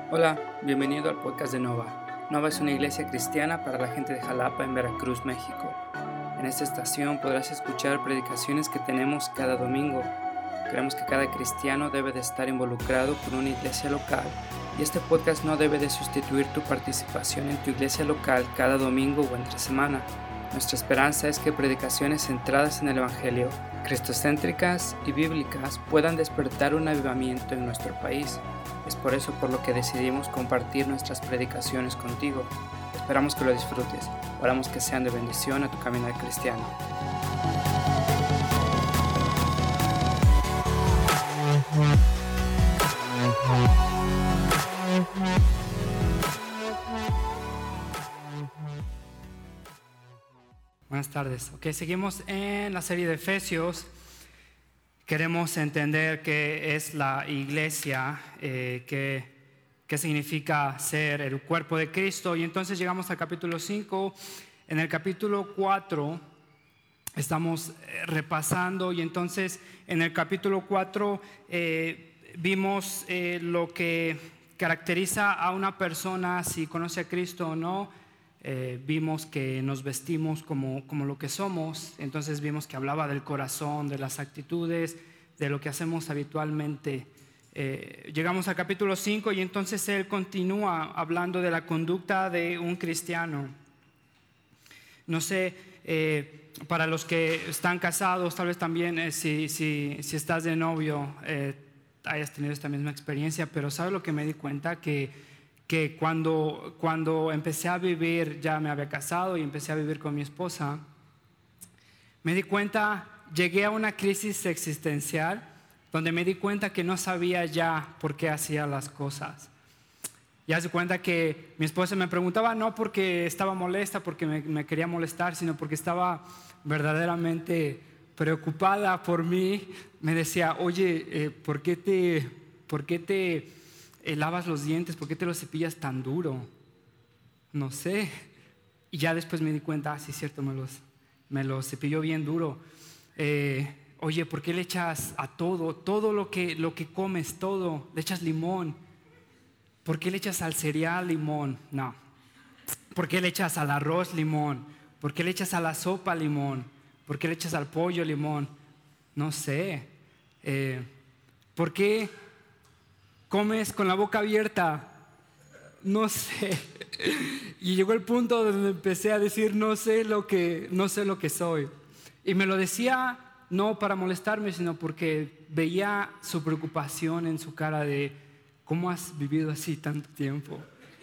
Hola, bienvenido al podcast de Nova. Nova es una iglesia cristiana para la gente de Jalapa en Veracruz, México. En esta estación podrás escuchar predicaciones que tenemos cada domingo. Creemos que cada cristiano debe de estar involucrado con una iglesia local y este podcast no debe de sustituir tu participación en tu iglesia local cada domingo o entre semana. Nuestra esperanza es que predicaciones centradas en el Evangelio, cristocéntricas y bíblicas puedan despertar un avivamiento en nuestro país. Es por eso por lo que decidimos compartir nuestras predicaciones contigo. Esperamos que lo disfrutes. Oramos que sean de bendición a tu caminar cristiano. Buenas tardes. Seguimos en la serie de Efesios. Queremos entender qué es la iglesia, qué significa ser el cuerpo de Cristo. Y entonces llegamos al capítulo 5. En el capítulo 4 estamos repasando. Y entonces en el capítulo 4 vimos lo que caracteriza a una persona, si conoce a Cristo o no. Vimos que nos vestimos como lo que somos. Entonces vimos que hablaba del corazón, de las actitudes, de lo que hacemos habitualmente. Llegamos al capítulo 5 y entonces él continúa hablando de la conducta de un cristiano. No sé, para los que están casados, tal vez también si estás de novio hayas tenido esta misma experiencia, pero ¿sabes lo que me di cuenta? Que cuando empecé a vivir, ya me había casado y empecé a vivir con mi esposa, me di cuenta, llegué a una crisis existencial donde me di cuenta que no sabía ya por qué hacía las cosas. Ya se cuenta que mi esposa me preguntaba, no porque estaba molesta, porque me quería molestar, sino porque estaba verdaderamente preocupada por mí. Me decía, oye, ¿por qué te lavas los dientes? ¿Por qué te los cepillas tan duro? No sé. Y ya después me di cuenta, sí es cierto, me los cepillo bien duro. Oye, ¿por qué le echas a todo lo que comes, todo, le echas limón? ¿Por qué le echas al cereal limón? No. ¿Por qué le echas al arroz limón? ¿Por qué le echas a la sopa limón? ¿Por qué le echas al pollo limón? No sé. ¿Por qué comes con la boca abierta? No sé. Y llegó el punto donde empecé a decir no sé lo que soy. Y me lo decía no para molestarme, sino porque veía su preocupación en su cara de ¿cómo has vivido así tanto tiempo?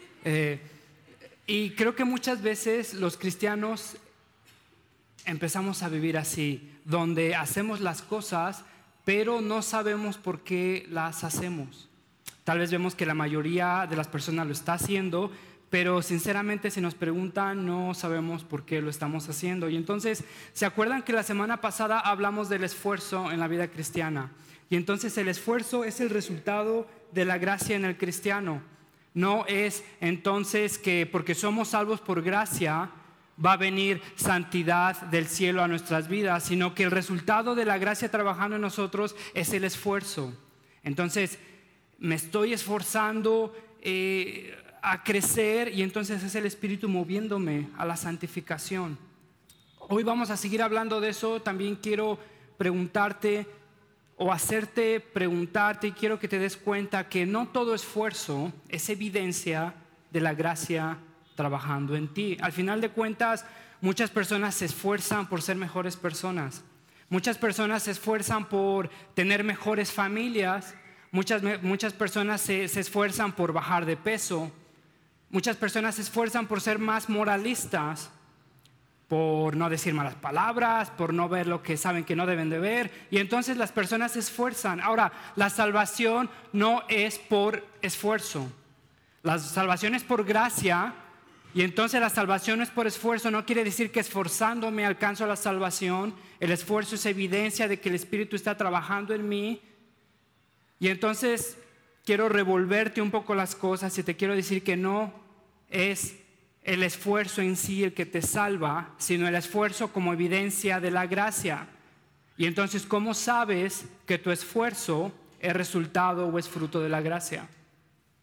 Y creo que muchas veces los cristianos empezamos a vivir así, donde hacemos las cosas pero no sabemos por qué las hacemos. Tal vez vemos que la mayoría de las personas lo está haciendo, pero sinceramente si nos preguntan no sabemos por qué lo estamos haciendo. Y entonces, ¿se acuerdan que la semana pasada hablamos del esfuerzo en la vida cristiana? Y entonces el esfuerzo es el resultado de la gracia en el cristiano. No es entonces que porque somos salvos por gracia va a venir santidad del cielo a nuestras vidas, sino que el resultado de la gracia trabajando en nosotros es el esfuerzo. Entonces, me estoy esforzando a crecer y entonces es el Espíritu moviéndome a la santificación. Hoy vamos a seguir hablando de eso. También quiero preguntarte o hacerte preguntarte y quiero que te des cuenta que no todo esfuerzo es evidencia de la gracia trabajando en ti. Al final de cuentas, muchas personas se esfuerzan por ser mejores personas. Muchas personas se esfuerzan por tener mejores familias. Muchas personas se esfuerzan por bajar de peso. Muchas personas se esfuerzan por ser más moralistas, por no decir malas palabras, por no ver lo que saben que no deben de ver. Y entonces las personas se esfuerzan. Ahora, la salvación no es por esfuerzo. La salvación es por gracia. Y entonces la salvación no es por esfuerzo. No quiere decir que esforzándome alcanzo la salvación. El esfuerzo es evidencia de que el Espíritu está trabajando en mí. Y entonces quiero revolverte un poco las cosas y te quiero decir que no es el esfuerzo en sí el que te salva, sino el esfuerzo como evidencia de la gracia. Y entonces, ¿cómo sabes que tu esfuerzo es resultado o es fruto de la gracia?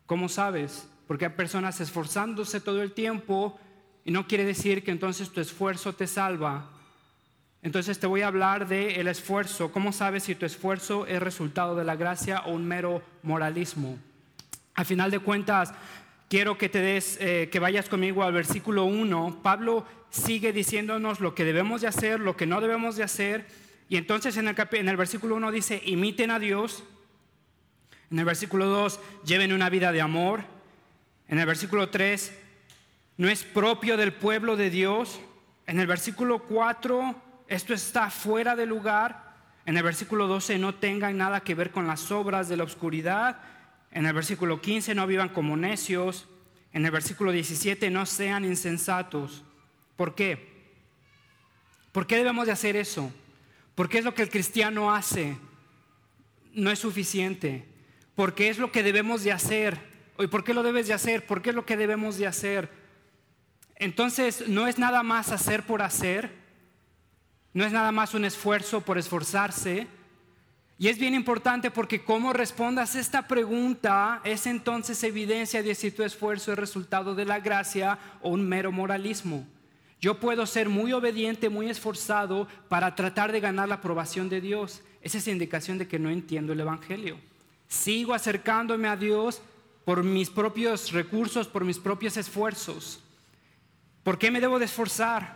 ¿Cómo sabes? Porque hay personas esforzándose todo el tiempo y no quiere decir que entonces tu esfuerzo te salva. Entonces te voy a hablar del esfuerzo. ¿Cómo sabes si tu esfuerzo es resultado de la gracia o un mero moralismo? Al final de cuentas, quiero que que vayas conmigo al versículo 1. Pablo sigue diciéndonos lo que debemos de hacer, lo que no debemos de hacer. Y entonces en el versículo 1 dice, imiten a Dios. En el versículo 2, lleven una vida de amor. En el versículo 3, no es propio del pueblo de Dios. En el versículo 4, esto está fuera de lugar. En el versículo 12, no tengan nada que ver con las obras de la oscuridad. En el versículo 15, no vivan como necios. En el versículo 17, no sean insensatos. ¿Por qué? ¿Por qué debemos de hacer eso? Porque es lo que el cristiano hace. No es suficiente. Porque es lo que debemos de hacer. ¿Y por qué lo debes de hacer? Porque es lo que debemos de hacer. Entonces, no es nada más hacer por hacer. No es nada más un esfuerzo por esforzarse. Y es bien importante porque cómo respondas esta pregunta es entonces evidencia de si tu esfuerzo es resultado de la gracia o un mero moralismo. Yo puedo ser muy obediente, muy esforzado para tratar de ganar la aprobación de Dios. Esa es indicación de que no entiendo el evangelio. Sigo acercándome a Dios por mis propios recursos, por mis propios esfuerzos. ¿Por qué me debo de esforzar?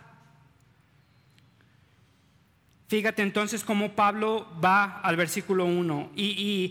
Fíjate entonces cómo Pablo va al versículo 1 y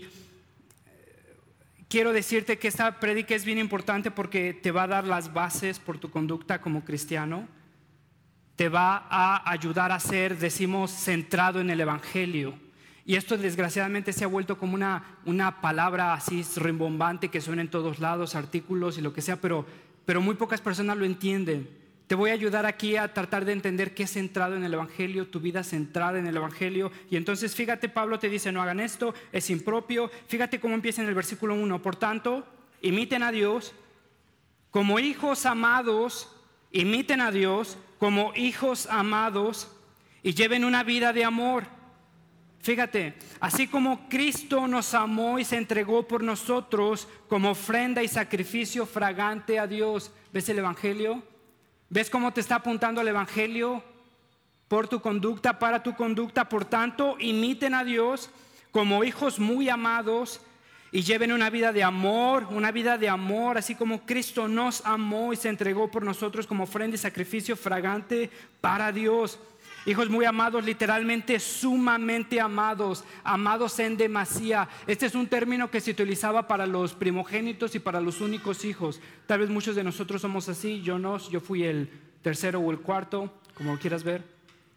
quiero decirte que esta prédica es bien importante porque te va a dar las bases por tu conducta como cristiano. Te va a ayudar a ser, decimos, centrado en el evangelio. Y esto desgraciadamente se ha vuelto como una palabra así rimbombante que suena en todos lados, artículos y lo que sea, pero muy pocas personas lo entienden. Te voy a ayudar aquí a tratar de entender qué es centrado en el evangelio, tu vida centrada en el evangelio. Y entonces fíjate, Pablo te dice, no hagan esto, es impropio. Fíjate cómo empieza en el versículo 1. Por tanto, imiten a Dios como hijos amados, imiten a Dios como hijos amados y lleven una vida de amor. Fíjate, así como Cristo nos amó y se entregó por nosotros como ofrenda y sacrificio fragante a Dios. ¿Ves el evangelio? ¿Ves cómo te está apuntando el evangelio? Por tu conducta, para tu conducta. Por tanto, imiten a Dios como hijos muy amados y lleven una vida de amor, así como Cristo nos amó y se entregó por nosotros como ofrenda y sacrificio fragante para Dios. Hijos muy amados, literalmente sumamente amados, amados en demasía. Este es un término que se utilizaba para los primogénitos y para los únicos hijos. Tal vez muchos de nosotros somos así, yo fui el tercero o el cuarto, como lo quieras ver.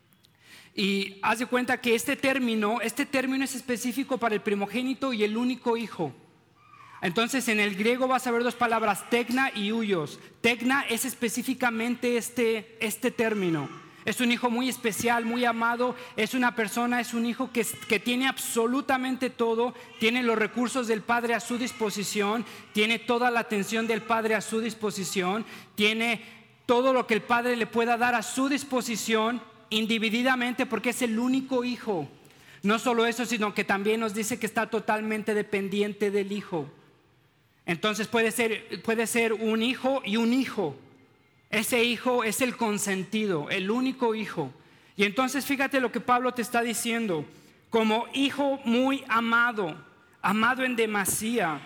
Y haz de cuenta que este término es específico para el primogénito y el único hijo. Entonces en el griego vas a ver dos palabras, tecna y huios. Tecna es específicamente este término. Es un hijo muy especial, muy amado. Es una persona, es un hijo que tiene absolutamente todo. Tiene los recursos del Padre a su disposición. Tiene toda la atención del Padre a su disposición. Tiene todo lo que el Padre le pueda dar a su disposición individualmente porque es el único hijo. No solo eso, sino que también nos dice que está totalmente dependiente del hijo. Entonces puede ser un hijo y un hijo. Ese hijo es el consentido, el único hijo. Y entonces fíjate lo que Pablo te está diciendo. Como hijo muy amado, amado en demasía.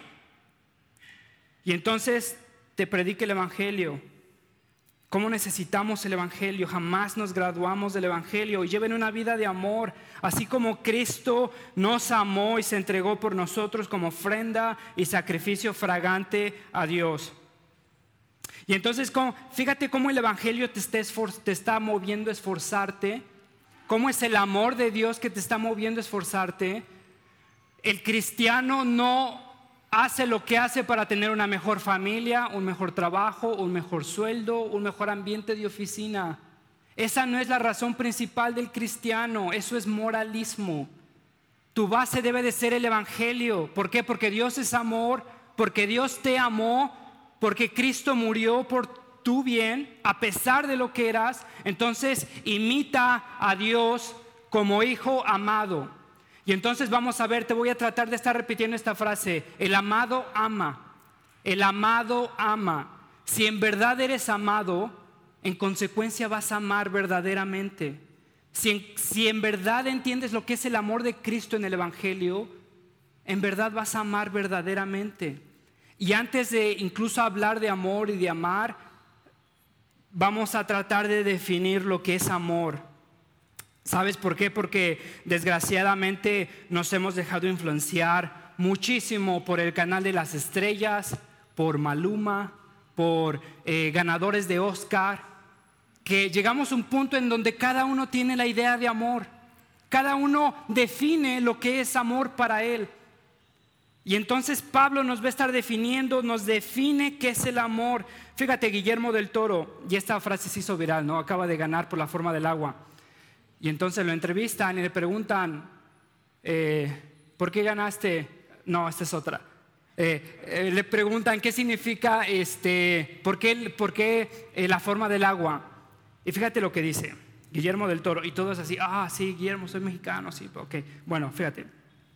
Y entonces te predica el evangelio. ¿Cómo necesitamos el evangelio? Jamás nos graduamos del evangelio. Y lleven una vida de amor, así como Cristo nos amó y se entregó por nosotros como ofrenda y sacrificio fragante a Dios. Y entonces fíjate cómo el evangelio te está moviendo a esforzarte. Cómo es el amor de Dios que te está moviendo a esforzarte. El cristiano no hace lo que hace para tener una mejor familia, un mejor trabajo, un mejor sueldo, un mejor ambiente de oficina. Esa no es la razón principal del cristiano. Eso es moralismo. Tu base debe de ser el evangelio. ¿Por qué? Porque Dios es amor, porque Dios te amó, porque Cristo murió por tu bien, a pesar de lo que eras. Entonces imita a Dios como hijo amado. Y entonces vamos a ver, te voy a tratar de estar repitiendo esta frase. El amado ama. El amado ama. Si en verdad eres amado, en consecuencia vas a amar verdaderamente. Si en verdad entiendes lo que es el amor de Cristo en el Evangelio, en verdad vas a amar verdaderamente. Y antes de incluso hablar de amor y de amar, vamos a tratar de definir lo que es amor. ¿Sabes por qué? Porque desgraciadamente nos hemos dejado influenciar muchísimo por el canal de las estrellas, por Maluma, por ganadores de Oscar, que llegamos a un punto en donde cada uno tiene la idea de amor. Cada uno define lo que es amor para él. Y entonces Pablo nos va a estar definiendo, nos define qué es el amor. Fíjate, Guillermo del Toro, y esta frase se hizo viral, ¿no? Acaba de ganar por La forma del agua. Y entonces lo entrevistan y le preguntan, ¿por qué ganaste? No, esta es otra. Le preguntan qué significa, ¿por qué La forma del agua? Y fíjate lo que dice Guillermo del Toro. Y todo es así, sí, Guillermo, soy mexicano, sí, ok. Bueno, fíjate.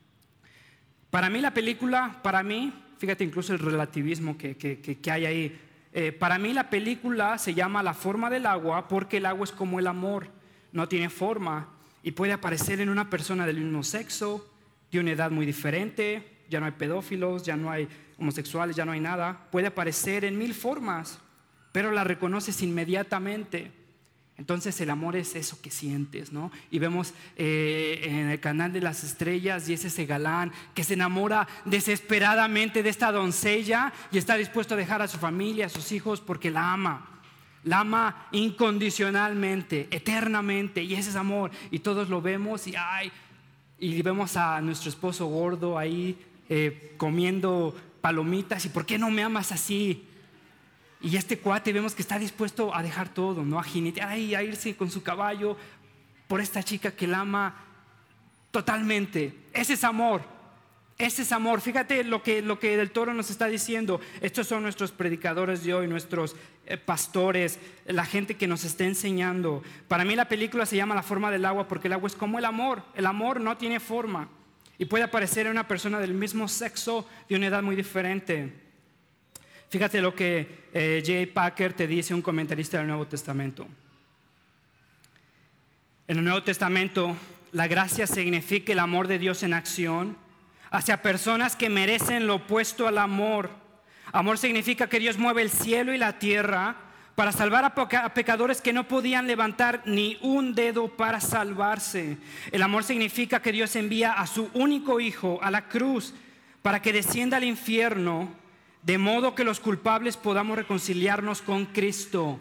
Para mí la película, fíjate incluso el relativismo que hay ahí. Para mí la película se llama La forma del agua porque el agua es como el amor. No tiene forma y puede aparecer en una persona del mismo sexo, de una edad muy diferente. Ya no hay pedófilos, ya no hay homosexuales, ya no hay nada. Puede aparecer en 1000 formas, pero la reconoces inmediatamente. Entonces el amor es eso que sientes, ¿no? Y vemos en el canal de las estrellas y es ese galán que se enamora desesperadamente de esta doncella y está dispuesto a dejar a su familia, a sus hijos porque la ama. La ama incondicionalmente, eternamente, y ese es amor. Y todos lo vemos y vemos a nuestro esposo gordo ahí comiendo palomitas. ¿Y por qué no me amas así? Y este cuate vemos que está dispuesto a dejar todo, ¿no? A jinetear ahí, a irse con su caballo por esta chica que la ama totalmente. Ese es amor. Ese es amor. Fíjate lo que del Toro nos está diciendo. Estos son nuestros predicadores de hoy, nuestros pastores, la gente que nos está enseñando. Para mí la película se llama La forma del agua porque el agua es como el amor. El amor no tiene forma y puede aparecer en una persona del mismo sexo de una edad muy diferente. Fíjate lo que J. Packer te dice, un comentarista del Nuevo Testamento. En el Nuevo Testamento, la gracia significa el amor de Dios en acción hacia personas que merecen lo opuesto al amor. Amor significa que Dios mueve el cielo y la tierra para salvar a pecadores que no podían levantar ni un dedo para salvarse. El amor significa que Dios envía a su único hijo a la cruz para que descienda al infierno, de modo que los culpables podamos reconciliarnos con Cristo.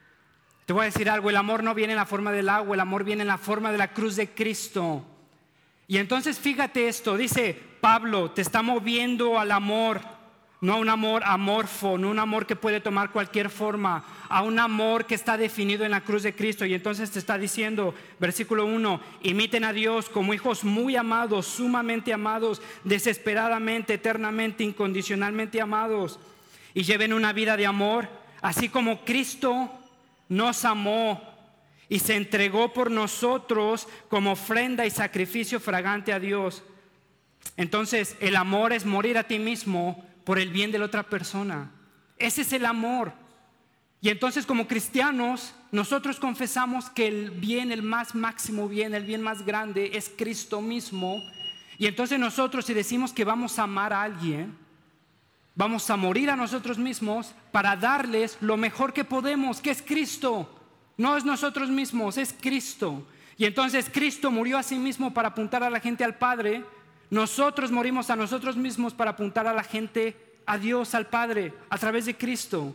Te voy a decir algo, el amor no viene en la forma del agua, el amor viene en la forma de la cruz de Cristo. Y entonces fíjate esto, dice Pablo, te está moviendo al amor, no a un amor amorfo, no un amor que puede tomar cualquier forma, a un amor que está definido en la cruz de Cristo. Y entonces te está diciendo, versículo 1, imiten a Dios como hijos muy amados, sumamente amados, desesperadamente, eternamente, incondicionalmente amados, y lleven una vida de amor, así como Cristo nos amó y se entregó por nosotros como ofrenda y sacrificio fragante a Dios. Entonces el amor es morir a ti mismo por el bien de la otra persona. Ese es el amor. Y entonces como cristianos nosotros confesamos que el bien, el más máximo bien, el bien más grande es Cristo mismo. Y entonces nosotros, si decimos que vamos a amar a alguien, vamos a morir a nosotros mismos para darles lo mejor que podemos, que es Cristo. No es nosotros mismos, es Cristo. Y entonces Cristo murió a sí mismo para apuntar a la gente al Padre. Nosotros morimos a nosotros mismos para apuntar a la gente a Dios, al Padre, a través de Cristo.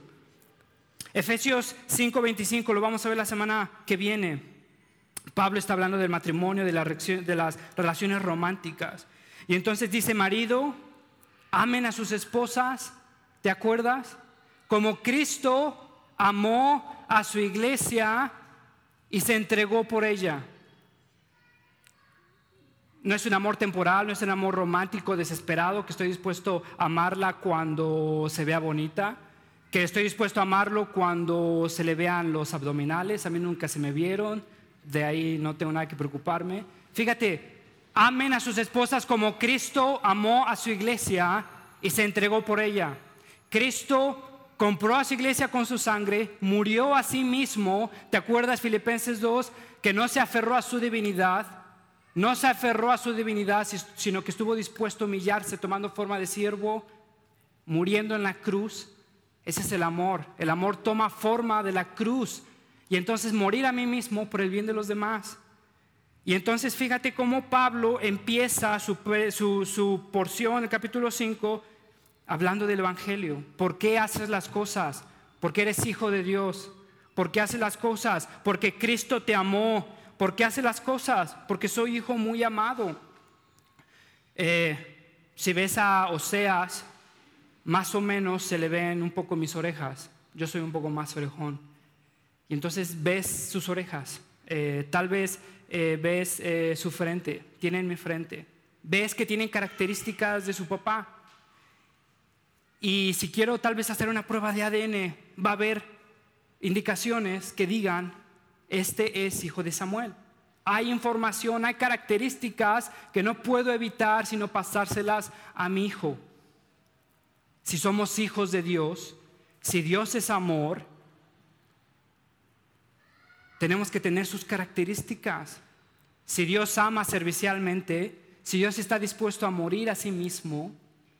Efesios 5:25, lo vamos a ver la semana que viene. Pablo está hablando del matrimonio, de las relaciones románticas. Y entonces dice, marido, amen a sus esposas, ¿te acuerdas? Como Cristo amó a su iglesia y se entregó por ella. No es un amor temporal, no es un amor romántico, desesperado, que estoy dispuesto a amarla cuando se vea bonita, que estoy dispuesto a amarlo cuando se le vean los abdominales. A mí nunca se me vieron, de ahí no tengo nada que preocuparme. Fíjate, amen a sus esposas como Cristo amó a su iglesia y se entregó por ella. Cristo compró a su iglesia con su sangre, murió a sí mismo. ¿Te acuerdas, Filipenses 2? Que no se aferró a su divinidad. No se aferró a su divinidad, sino que estuvo dispuesto a humillarse, tomando forma de siervo, muriendo en la cruz. Ese es el amor. El amor toma forma de la cruz. Y entonces morir a mí mismo por el bien de los demás. Y entonces fíjate cómo Pablo empieza su porción, el capítulo 5, hablando del Evangelio. ¿Por qué haces las cosas? Porque eres hijo de Dios. ¿Por qué haces las cosas? Porque Cristo te amó. ¿Por qué haces las cosas? Porque soy hijo muy amado. Si ves a Oseas, más o menos se le ven un poco mis orejas. Yo soy un poco más orejón. Y entonces ves sus orejas. Tal vez ves su frente. Tienen mi frente. Ves que tienen características de su papá. Y si quiero tal vez hacer una prueba de ADN, va a haber indicaciones que digan: este es hijo de Samuel. Hay información, hay características que no puedo evitar sino pasárselas a mi hijo. Si somos hijos de Dios, si Dios es amor, tenemos que tener sus características. Si Dios ama servicialmente, si Dios está dispuesto a morir a sí mismo,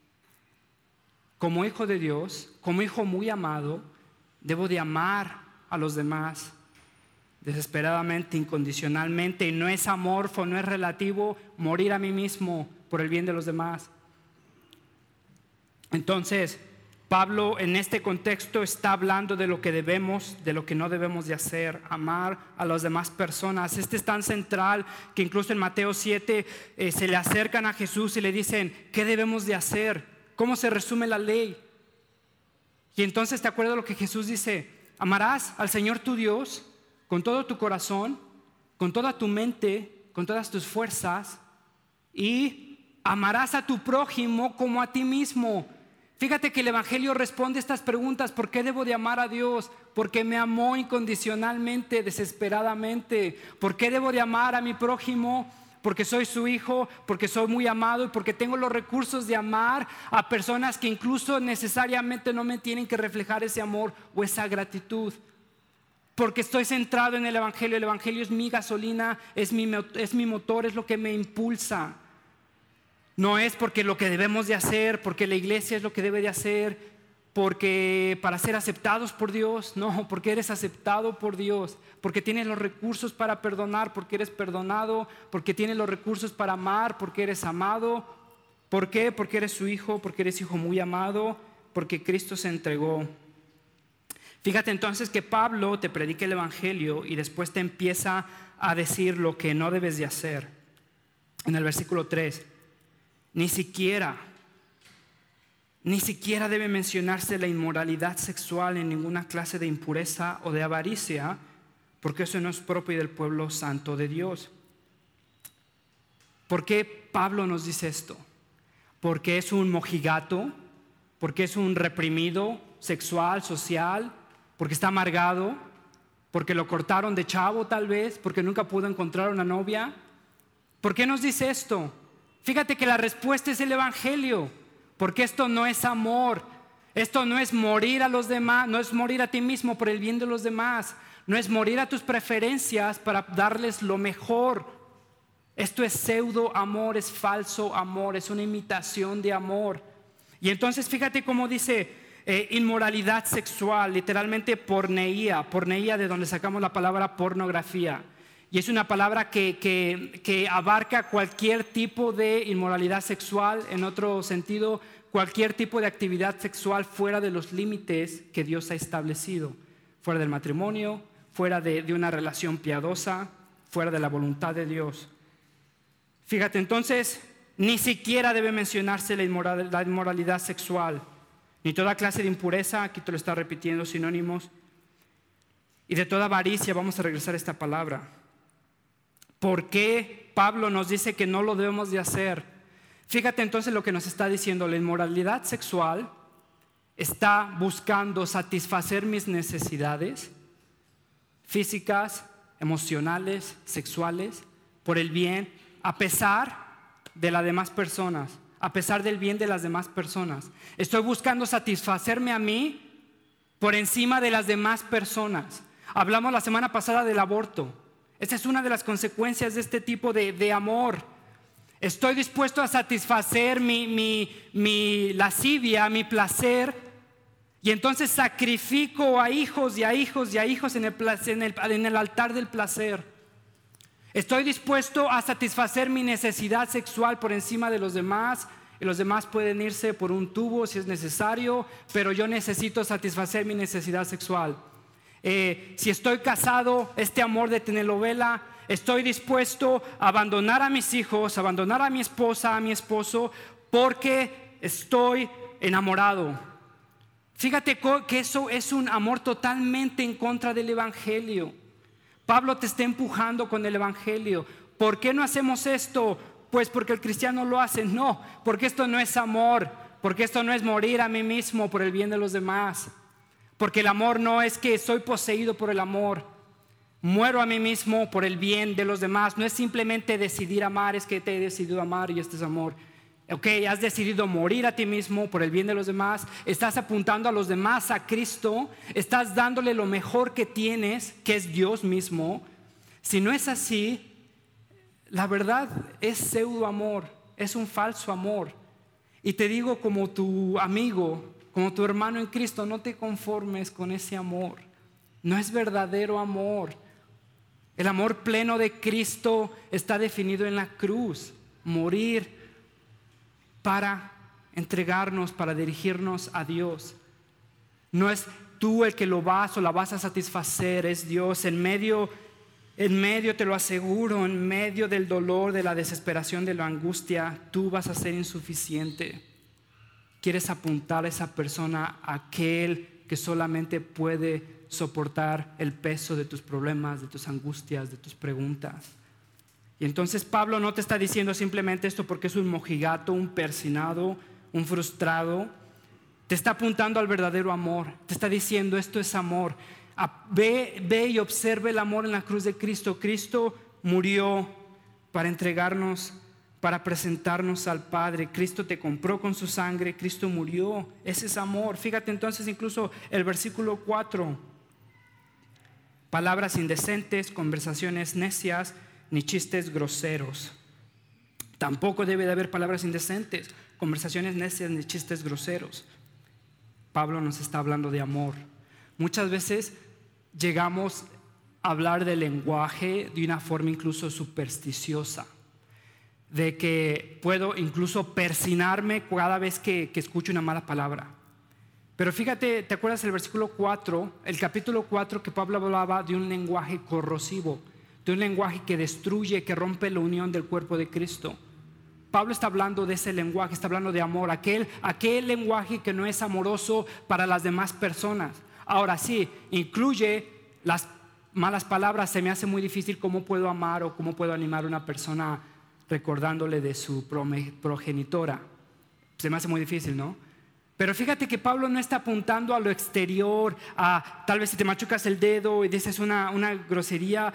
como hijo de Dios, como hijo muy amado, debo de amar a los demás desesperadamente, incondicionalmente. Y no es amorfo, no es relativo morir a mí mismo por el bien de los demás. Entonces, Pablo en este contexto está hablando de lo que debemos, de lo que no debemos de hacer: amar a las demás personas. Este es tan central que incluso en Mateo 7 se le acercan a Jesús y le dicen: ¿qué debemos de hacer? ¿Cómo se resume la ley? Y entonces, ¿te acuerdas lo que Jesús dice? Amarás al Señor tu Dios con todo tu corazón, con toda tu mente, con todas tus fuerzas, y amarás a tu prójimo como a ti mismo. Fíjate que el Evangelio responde estas preguntas: ¿por qué debo de amar a Dios? Porque me amó incondicionalmente, desesperadamente. ¿Por qué debo de amar a mi prójimo? Porque soy su hijo, porque soy muy amado y porque tengo los recursos de amar a personas que incluso necesariamente no me tienen que reflejar ese amor o esa gratitud. Porque estoy centrado en el Evangelio. El Evangelio es mi gasolina, es mi motor, es lo que me impulsa. No es porque lo que debemos de hacer, porque la iglesia es lo que debe de hacer, porque para ser aceptados por Dios. No, porque eres aceptado por Dios, porque tienes los recursos para perdonar, porque eres perdonado, porque tienes los recursos para amar, porque eres amado. ¿Por qué? Porque eres su hijo, porque eres hijo muy amado, porque Cristo se entregó. Fíjate entonces que Pablo te predica el Evangelio y después te empieza a decir lo que no debes de hacer. En el versículo 3, ni siquiera debe mencionarse la inmoralidad sexual en ninguna clase de impureza o de avaricia, porque eso no es propio del pueblo santo de Dios. ¿Por qué Pablo nos dice esto? Porque es un mojigato, porque es un reprimido sexual, social, porque está amargado, porque lo cortaron de chavo tal vez, porque nunca pudo encontrar una novia. ¿Por qué nos dice esto? Fíjate que la respuesta es el Evangelio, porque esto no es amor, esto no es morir a los demás, no es morir a ti mismo por el bien de los demás, no es morir a tus preferencias para darles lo mejor. Esto es pseudo amor, es falso amor, es una imitación de amor. Y entonces fíjate cómo dice inmoralidad sexual, literalmente porneía, de donde sacamos la palabra pornografía. Y es una palabra que abarca cualquier tipo de inmoralidad sexual, en otro sentido, cualquier tipo de actividad sexual fuera de los límites que Dios ha establecido, fuera del matrimonio, fuera de una relación piadosa, fuera de la voluntad de Dios. Fíjate, entonces, ni siquiera debe mencionarse la inmoralidad sexual, ni toda clase de impureza, aquí te lo está repitiendo, sinónimos, y de toda avaricia. Vamos a regresar a esta palabra. ¿Por qué Pablo nos dice que no lo debemos de hacer? Fíjate entonces lo que nos está diciendo. La inmoralidad sexual está buscando satisfacer mis necesidades físicas, emocionales, sexuales, por el bien, a pesar de las demás personas, a pesar del bien de las demás personas. Estoy buscando satisfacerme a mí por encima de las demás personas. Hablamos la semana pasada del aborto. Esa es una de las consecuencias de este tipo de amor. Estoy dispuesto a satisfacer mi lascivia, mi placer, y entonces sacrifico a hijos y a hijos y a hijos en el altar del placer. Estoy dispuesto a satisfacer mi necesidad sexual por encima de los demás, y los demás pueden irse por un tubo si es necesario, pero yo necesito satisfacer mi necesidad sexual. Si estoy casado, este amor de telenovela, estoy dispuesto a abandonar a mis hijos, abandonar a mi esposa, a mi esposo, porque estoy enamorado. Fíjate que eso es un amor totalmente en contra del evangelio. Pablo te está empujando con el evangelio. ¿Por qué no hacemos esto? Pues porque el cristiano lo hace. No, porque esto no es amor, porque esto no es morir a mí mismo por el bien de los demás. Porque el amor no es que soy poseído por el amor. Muero a mí mismo por el bien de los demás. No es simplemente decidir amar, es que te he decidido amar y este es amor. Ok, has decidido morir a ti mismo por el bien de los demás. Estás apuntando a los demás a Cristo. Estás dándole lo mejor que tienes, que es Dios mismo. Si no es así, la verdad es pseudo amor, es un falso amor. Y te digo como tu amigo, como tu hermano en Cristo, no te conformes con ese amor. No es verdadero amor. El amor pleno de Cristo está definido en la cruz. Morir para entregarnos, para dirigirnos a Dios. No es tú el que lo vas o la vas a satisfacer, es Dios. En medio, te lo aseguro, en medio del dolor, de la desesperación, de la angustia, tú vas a ser insuficiente. Quieres apuntar a esa persona, a aquel que solamente puede soportar el peso de tus problemas, de tus angustias, de tus preguntas. Y entonces Pablo no te está diciendo simplemente esto porque es un mojigato, un persinado, un frustrado. Te está apuntando al verdadero amor. Te está diciendo esto es amor. Ve y observe el amor en la cruz de Cristo. Cristo murió para entregarnos, para presentarnos al Padre. Cristo te compró con su sangre. Cristo murió. Ese es amor. Fíjate entonces incluso el versículo 4. Palabras indecentes, conversaciones necias, ni chistes groseros. Tampoco debe de haber palabras indecentes, conversaciones necias, ni chistes groseros. Pablo nos está hablando de amor. Muchas veces llegamos a hablar del lenguaje de una forma incluso supersticiosa, de que puedo incluso persinarme cada vez que escucho una mala palabra. Pero fíjate, ¿te acuerdas el versículo 4, el capítulo 4, que Pablo hablaba de un lenguaje corrosivo, de un lenguaje que destruye, que rompe la unión del cuerpo de Cristo? Pablo está hablando de ese lenguaje, está hablando de amor, aquel lenguaje que no es amoroso para las demás personas. Ahora sí, incluye las malas palabras. Se me hace muy difícil cómo puedo amar o cómo puedo animar a una persona recordándole de su progenitora. Se me hace muy difícil, ¿no? Pero fíjate que Pablo no está apuntando a lo exterior, a tal vez si te machucas el dedo y dices una grosería,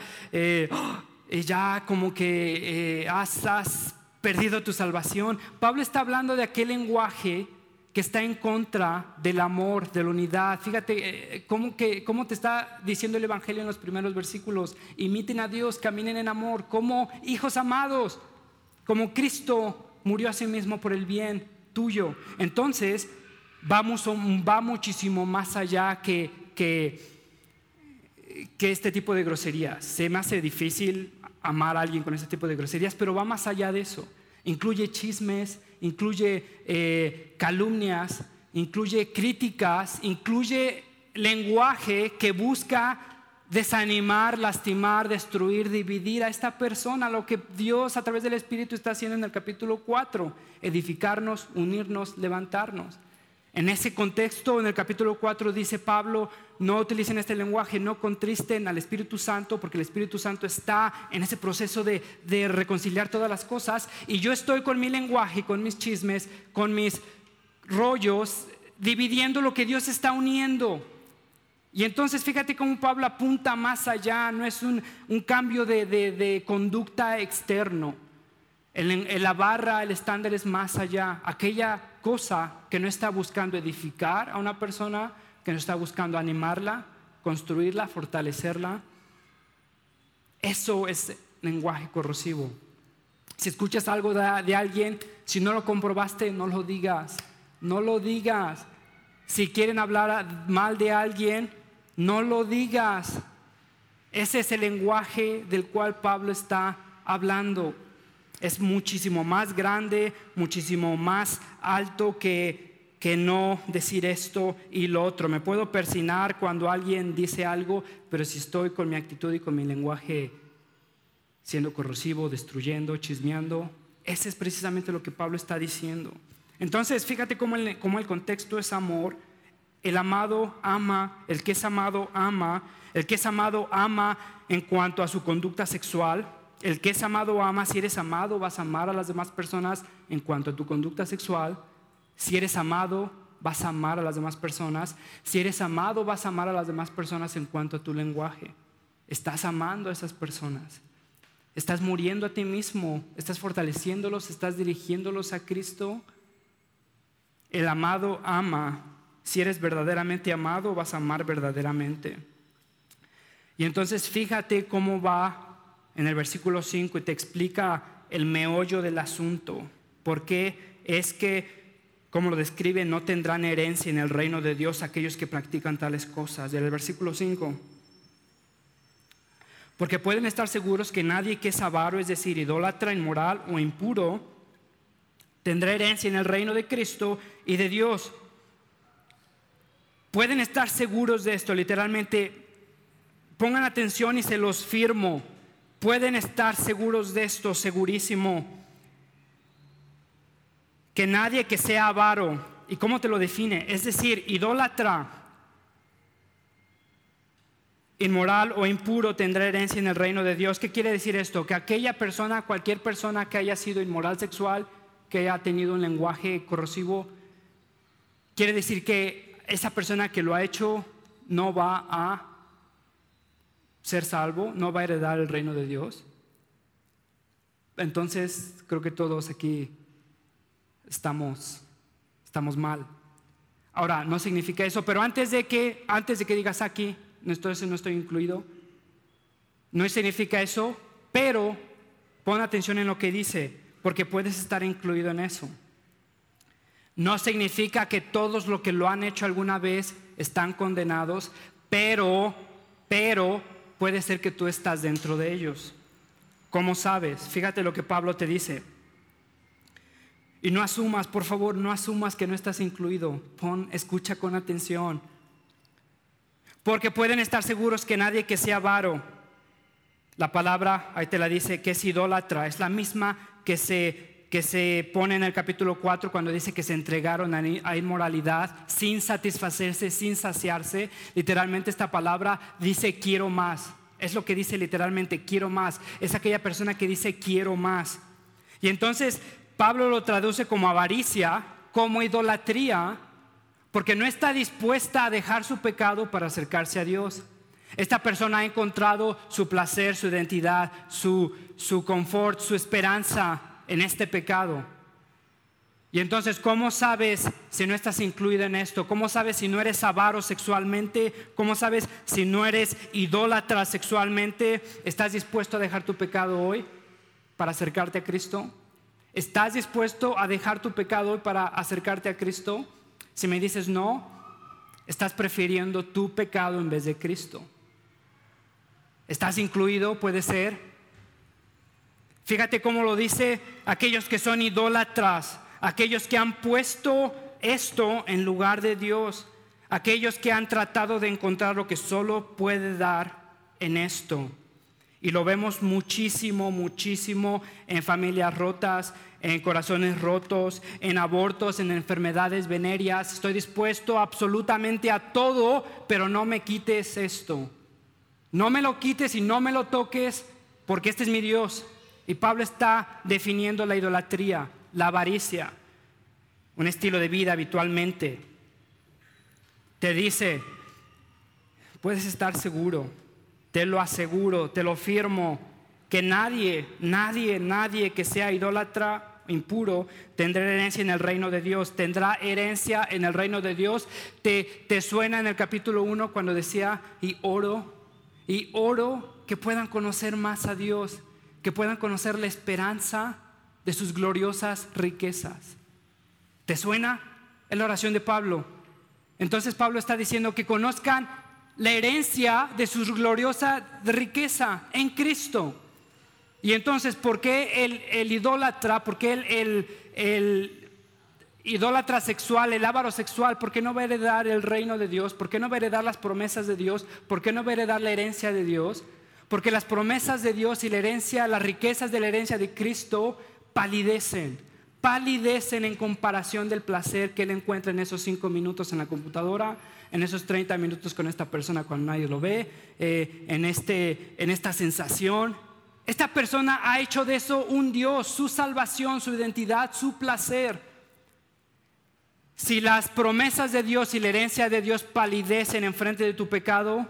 ya como que has perdido tu salvación. Pablo está hablando de aquel lenguaje que está en contra del amor, de la unidad. Fíjate cómo te está diciendo el evangelio en los primeros versículos. Imiten a Dios, caminen en amor, como hijos amados, como Cristo murió a sí mismo por el bien tuyo. Entonces va muchísimo más allá que este tipo de groserías. Se me hace difícil amar a alguien con ese tipo de groserías, pero va más allá de eso. Incluye chismes, incluye calumnias, incluye críticas, incluye lenguaje que busca desanimar, lastimar, destruir, dividir a esta persona. Lo que Dios a través del Espíritu está haciendo en el capítulo 4, edificarnos, unirnos, levantarnos. En ese contexto, en el capítulo 4 dice Pablo, no utilicen este lenguaje, no contristen al Espíritu Santo, porque el Espíritu Santo está en ese proceso de reconciliar todas las cosas, y yo estoy con mi lenguaje, con mis chismes, con mis rollos, dividiendo lo que Dios está uniendo. Y entonces fíjate cómo Pablo apunta más allá. No es un cambio de conducta externo. La barra, el estándar es más allá. Aquella cosa que no está buscando edificar a una persona, que no está buscando animarla, construirla, fortalecerla. Eso es lenguaje corrosivo. Si escuchas algo de alguien, si no lo comprobaste, no lo digas. No lo digas. Si quieren hablar mal de alguien, no lo digas. Ese es el lenguaje del cual Pablo está hablando. Es muchísimo más grande, muchísimo más alto que no decir esto y lo otro. Me puedo persignar cuando alguien dice algo, pero si estoy con mi actitud y con mi lenguaje siendo corrosivo, destruyendo, chismeando, ese es precisamente lo que Pablo está diciendo. Entonces, fíjate cómo el contexto es amor. El amado ama, el que es amado ama. El que es amado ama en cuanto a su conducta sexual. El que es amado ama. Si eres amado, vas a amar a las demás personas en cuanto a tu conducta sexual. Si eres amado, vas a amar a las demás personas. Si eres amado, vas a amar a las demás personas en cuanto a tu lenguaje. Estás amando a esas personas. Estás muriendo a ti mismo. Estás fortaleciéndolos. Estás dirigiéndolos a Cristo. El amado ama. Si eres verdaderamente amado, vas a amar verdaderamente. Y entonces fíjate cómo va en el versículo 5 y te explica el meollo del asunto. ¿Por qué es que, como lo describe, no tendrán herencia en el reino de Dios aquellos que practican tales cosas? Del versículo 5. Porque pueden estar seguros que nadie que es avaro, es decir, idólatra, inmoral o impuro, tendrá herencia en el reino de Cristo y de Dios. Pueden estar seguros de esto, literalmente. Pongan atención y se los firmo. Pueden estar seguros de esto, segurísimo. Que nadie que sea avaro, ¿y cómo te lo define? Es decir, idólatra, inmoral o impuro tendrá herencia en el reino de Dios. ¿Qué quiere decir esto? Que aquella persona, cualquier persona que haya sido inmoral sexual, que haya tenido un lenguaje corrosivo, quiere decir que esa persona que lo ha hecho no va a ser salvo, no va a heredar el reino de Dios. Entonces creo que todos aquí estamos mal. Ahora, no significa eso, pero antes de que digas aquí, no estoy incluido, no significa eso, pero pon atención en lo que dice, porque puedes estar incluido en eso. No significa que todos los que lo han hecho alguna vez están condenados, pero puede ser que tú estás dentro de ellos. ¿Cómo sabes? Fíjate lo que Pablo te dice. Y no asumas, por favor, no asumas que no estás incluido. Escucha con atención. Porque pueden estar seguros que nadie que sea avaro, la palabra, ahí te la dice, que es idólatra, es la misma que se pone en el capítulo 4 cuando dice que se entregaron a inmoralidad sin satisfacerse, sin saciarse. Literalmente esta palabra dice quiero más. Es lo que dice literalmente, quiero más. Es aquella persona que dice quiero más. Y entonces Pablo lo traduce como avaricia, como idolatría, porque no está dispuesta a dejar su pecado para acercarse a Dios. Esta persona ha encontrado su placer, su identidad, su confort, su esperanza en este pecado. Y entonces, ¿cómo sabes si no estás incluido en esto? ¿Cómo sabes si no eres avaro sexualmente? ¿Cómo sabes si no eres idólatra sexualmente? ¿Estás dispuesto a dejar tu pecado hoy para acercarte a Cristo? ¿Estás dispuesto a dejar tu pecado hoy para acercarte a Cristo? Si me dices no, estás prefiriendo tu pecado en vez de Cristo. ¿Estás incluido? Puede ser. Fíjate cómo lo dice aquellos que son idólatras, aquellos que han puesto esto en lugar de Dios, aquellos que han tratado de encontrar lo que solo puede dar en esto. Y lo vemos muchísimo en familias rotas, en corazones rotos, en abortos, en enfermedades venéreas. Estoy dispuesto absolutamente a todo, pero no me quites esto. No me lo quites y no me lo toques, porque este es mi Dios. Y Pablo está definiendo la idolatría, la avaricia, un estilo de vida habitualmente. Te dice, puedes estar seguro, te lo aseguro, te lo firmo, que nadie que sea idólatra, impuro, tendrá herencia en el reino de Dios. Tendrá herencia en el reino de Dios. Te suena en el capítulo 1 cuando decía, y oro que puedan conocer más a Dios, que puedan conocer la esperanza de sus gloriosas riquezas. ¿Te suena? Es la oración de Pablo. Entonces Pablo está diciendo que conozcan la herencia de su gloriosa riqueza en Cristo. Y entonces, ¿por qué el idólatra, por qué el idólatra sexual, el avaro sexual, por qué no va a heredar el reino de Dios? ¿Por qué no va a heredar las promesas de Dios? ¿Por qué no va a heredar la herencia de Dios? Porque las promesas de Dios y la herencia, las riquezas de la herencia de Cristo palidecen en comparación del placer que él encuentra en esos 5 minutos en la computadora, en esos 30 minutos con esta persona cuando nadie lo ve, en esta sensación. Esta persona ha hecho de eso un Dios, su salvación, su identidad, su placer. Si las promesas de Dios y la herencia de Dios palidecen enfrente de tu pecado,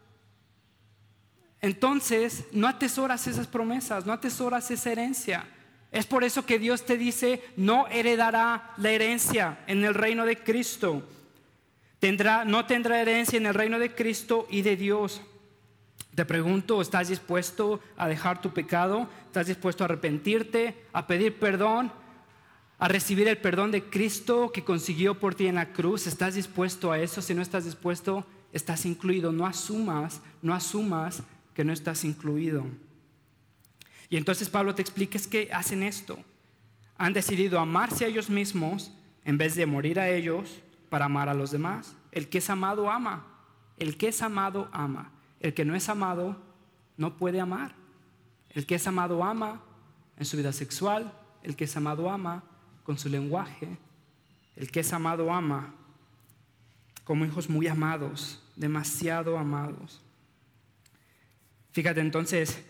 entonces no atesoras esas promesas, no atesoras esa herencia. Es por eso que Dios te dice, no heredará la herencia en el reino de Cristo. No tendrá herencia en el reino de Cristo y de Dios. Te pregunto, ¿estás dispuesto a dejar tu pecado? ¿Estás dispuesto a arrepentirte, a pedir perdón, a recibir el perdón de Cristo que consiguió por ti en la cruz? ¿Estás dispuesto a eso? Si no estás dispuesto, estás incluido. No asumas que no estás incluido. Y entonces Pablo te explica es que hacen esto. Han decidido amarse a ellos mismos en vez de morir a ellos para amar a los demás. El que es amado ama. El que es amado ama. El que no es amado no puede amar. El que es amado ama en su vida sexual. El que es amado ama con su lenguaje. El que es amado ama como hijos muy amados, demasiado amados. Fíjate entonces,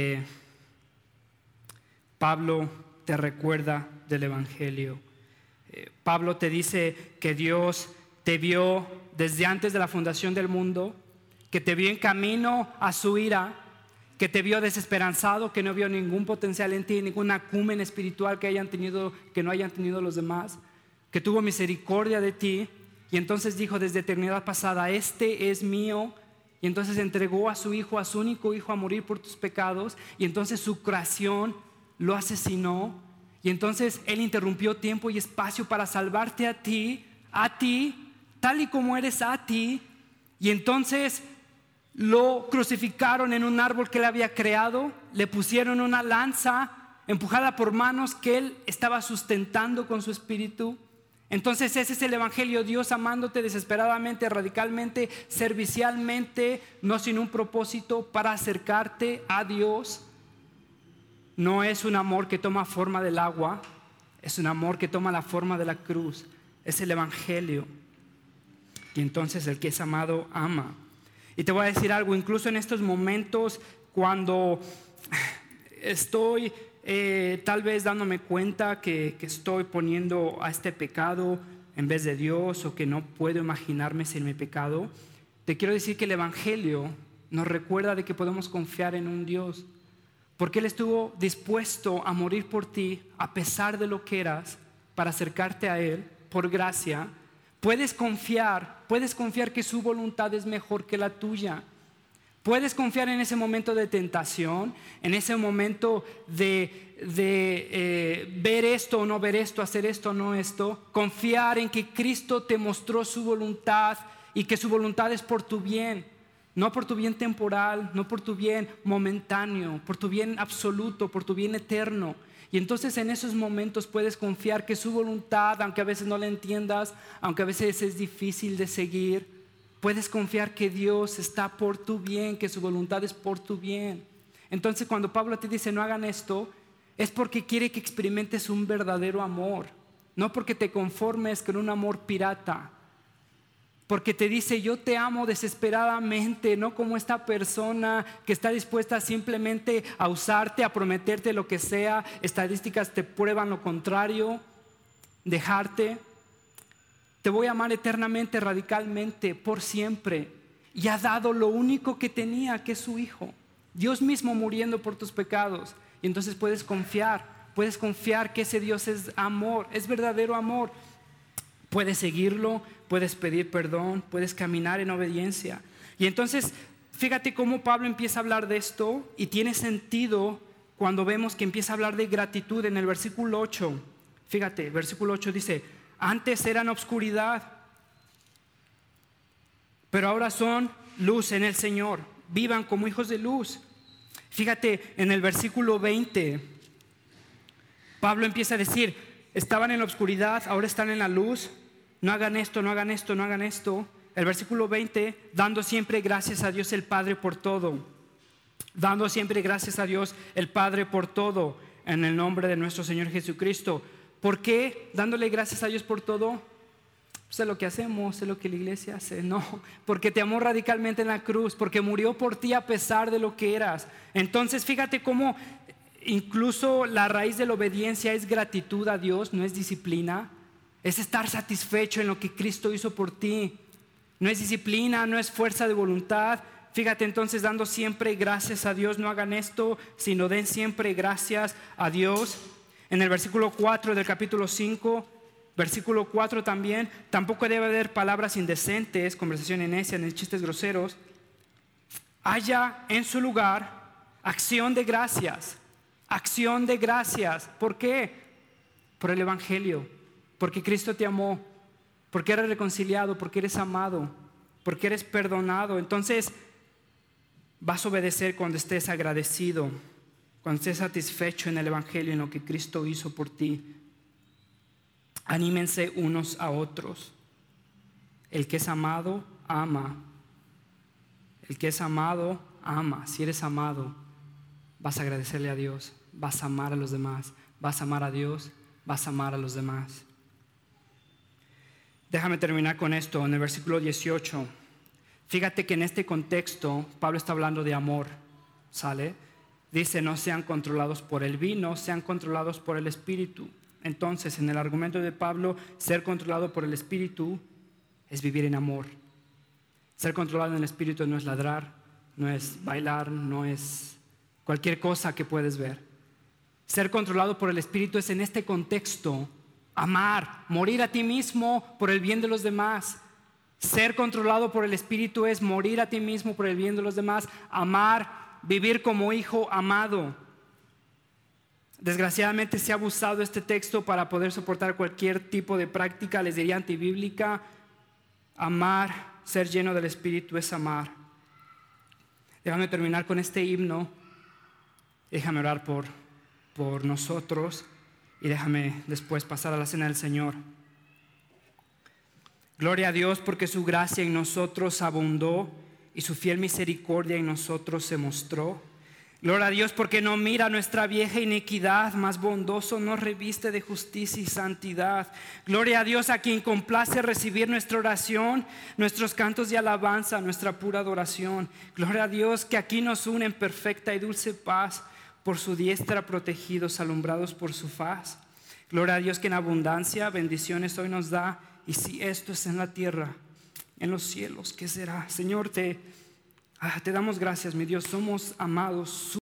Pablo te recuerda del Evangelio. Pablo te dice que Dios te vio desde antes de la fundación del mundo, que te vio en camino a su ira, que te vio desesperanzado, que no vio ningún potencial en ti, ningún acumen espiritual que no hayan tenido los demás, que tuvo misericordia de ti, y entonces dijo desde eternidad pasada, este es mío. Y entonces entregó a su hijo, a su único hijo, a morir por tus pecados. Y entonces su creación lo asesinó. Y entonces él interrumpió tiempo y espacio para salvarte a ti, tal y como eres a ti. Y entonces lo crucificaron en un árbol que él había creado. Le pusieron una lanza empujada por manos que él estaba sustentando con su espíritu. Entonces ese es el Evangelio, Dios amándote desesperadamente, radicalmente, servicialmente, no sin un propósito para acercarte a Dios. No es un amor que toma forma del agua, es un amor que toma la forma de la cruz, es el Evangelio. Y entonces el que es amado ama. Y te voy a decir algo, incluso en estos momentos cuando estoy tal vez dándome cuenta que estoy poniendo a este pecado en vez de Dios, o que no puedo imaginarme sin mi pecado, te quiero decir que el Evangelio nos recuerda de que podemos confiar en un Dios, porque Él estuvo dispuesto a morir por ti a pesar de lo que eras, para acercarte a Él por gracia. Puedes confiar que su voluntad es mejor que la tuya. Puedes confiar en ese momento de tentación, en ese momento de ver esto o no ver esto, hacer esto o no esto. Confiar en que Cristo te mostró su voluntad y que su voluntad es por tu bien. No por tu bien temporal, no por tu bien momentáneo, por tu bien absoluto, por tu bien eterno. Y entonces en esos momentos puedes confiar que su voluntad, aunque a veces no la entiendas, aunque a veces es difícil de seguir, puedes confiar que Dios está por tu bien, que su voluntad es por tu bien. Entonces cuando Pablo te dice no hagan esto, es porque quiere que experimentes un verdadero amor, no porque te conformes con un amor pirata. Porque te dice yo te amo desesperadamente, no como esta persona que está dispuesta simplemente a usarte, a prometerte lo que sea. Estadísticas te prueban lo contrario, dejarte. Te voy a amar eternamente, radicalmente, por siempre. Y ha dado lo único que tenía, que es su hijo. Dios mismo muriendo por tus pecados. Y entonces puedes confiar que ese Dios es amor, es verdadero amor. Puedes seguirlo, puedes pedir perdón, puedes caminar en obediencia. Y entonces, fíjate cómo Pablo empieza a hablar de esto y tiene sentido cuando vemos que empieza a hablar de gratitud en el versículo 8. Fíjate, el versículo 8 dice: antes eran obscuridad, pero ahora son luz en el Señor. Vivan como hijos de luz. Fíjate, en el versículo 20, Pablo empieza a decir: estaban en la oscuridad, ahora están en la luz. No hagan esto, no hagan esto, no hagan esto. El versículo 20, dando siempre gracias a Dios el Padre por todo. Dando siempre gracias a Dios el Padre por todo, en el nombre de nuestro Señor Jesucristo. ¿Por qué dándole gracias a Dios por todo? Pues es lo que hacemos, es lo que la iglesia hace. No, porque te amó radicalmente en la cruz, porque murió por ti a pesar de lo que eras. Entonces fíjate cómo incluso la raíz de la obediencia es gratitud a Dios, no es disciplina. Es estar satisfecho en lo que Cristo hizo por ti. No es disciplina, no es fuerza de voluntad. Fíjate entonces, dando siempre gracias a Dios. No hagan esto, sino den siempre gracias a Dios. En el versículo 4 del capítulo 5, versículo 4 también: tampoco debe haber palabras indecentes, conversación necia, ni chistes groseros. Haya en su lugar acción de gracias. Acción de gracias. ¿Por qué? Por el Evangelio. Porque Cristo te amó, porque eres reconciliado, porque eres amado, porque eres perdonado. Entonces vas a obedecer cuando estés agradecido, cuando estés satisfecho en el Evangelio, en lo que Cristo hizo por ti. Anímense unos a otros. El que es amado, ama. El que es amado, ama. Si eres amado, vas a agradecerle a Dios, vas a amar a los demás, vas a amar a Dios, vas a amar a los demás. Déjame terminar con esto en el versículo 18. Fíjate que en este contexto Pablo está hablando de amor, ¿sale? Dice: no sean controlados por el vino, sean controlados por el Espíritu. Entonces, en el argumento de Pablo, ser controlado por el Espíritu es vivir en amor. Ser controlado en el Espíritu no es ladrar, no es bailar, no es cualquier cosa que puedes ver. Ser controlado por el Espíritu es, en este contexto, amar, morir a ti mismo por el bien de los demás. Ser controlado por el Espíritu es morir a ti mismo por el bien de los demás, amar, vivir como hijo amado. Desgraciadamente se ha abusado este texto para poder soportar cualquier tipo de práctica, les diría antibíblica. Amar, ser lleno del Espíritu es amar. Déjame terminar con este himno. Déjame orar por nosotros. Y déjame después pasar a la cena del Señor. Gloria a Dios, porque su gracia en nosotros abundó y su fiel misericordia en nosotros se mostró. Gloria a Dios, porque no mira nuestra vieja iniquidad, mas bondoso nos reviste de justicia y santidad. Gloria a Dios, a quien complace recibir nuestra oración, nuestros cantos de alabanza, nuestra pura adoración. Gloria a Dios, que aquí nos une en perfecta y dulce paz, por su diestra protegidos, alumbrados por su faz. Gloria a Dios, que en abundancia bendiciones hoy nos da. Y si esto es en la tierra, en los cielos, ¿qué será? Señor, te damos gracias, mi Dios. Somos amados.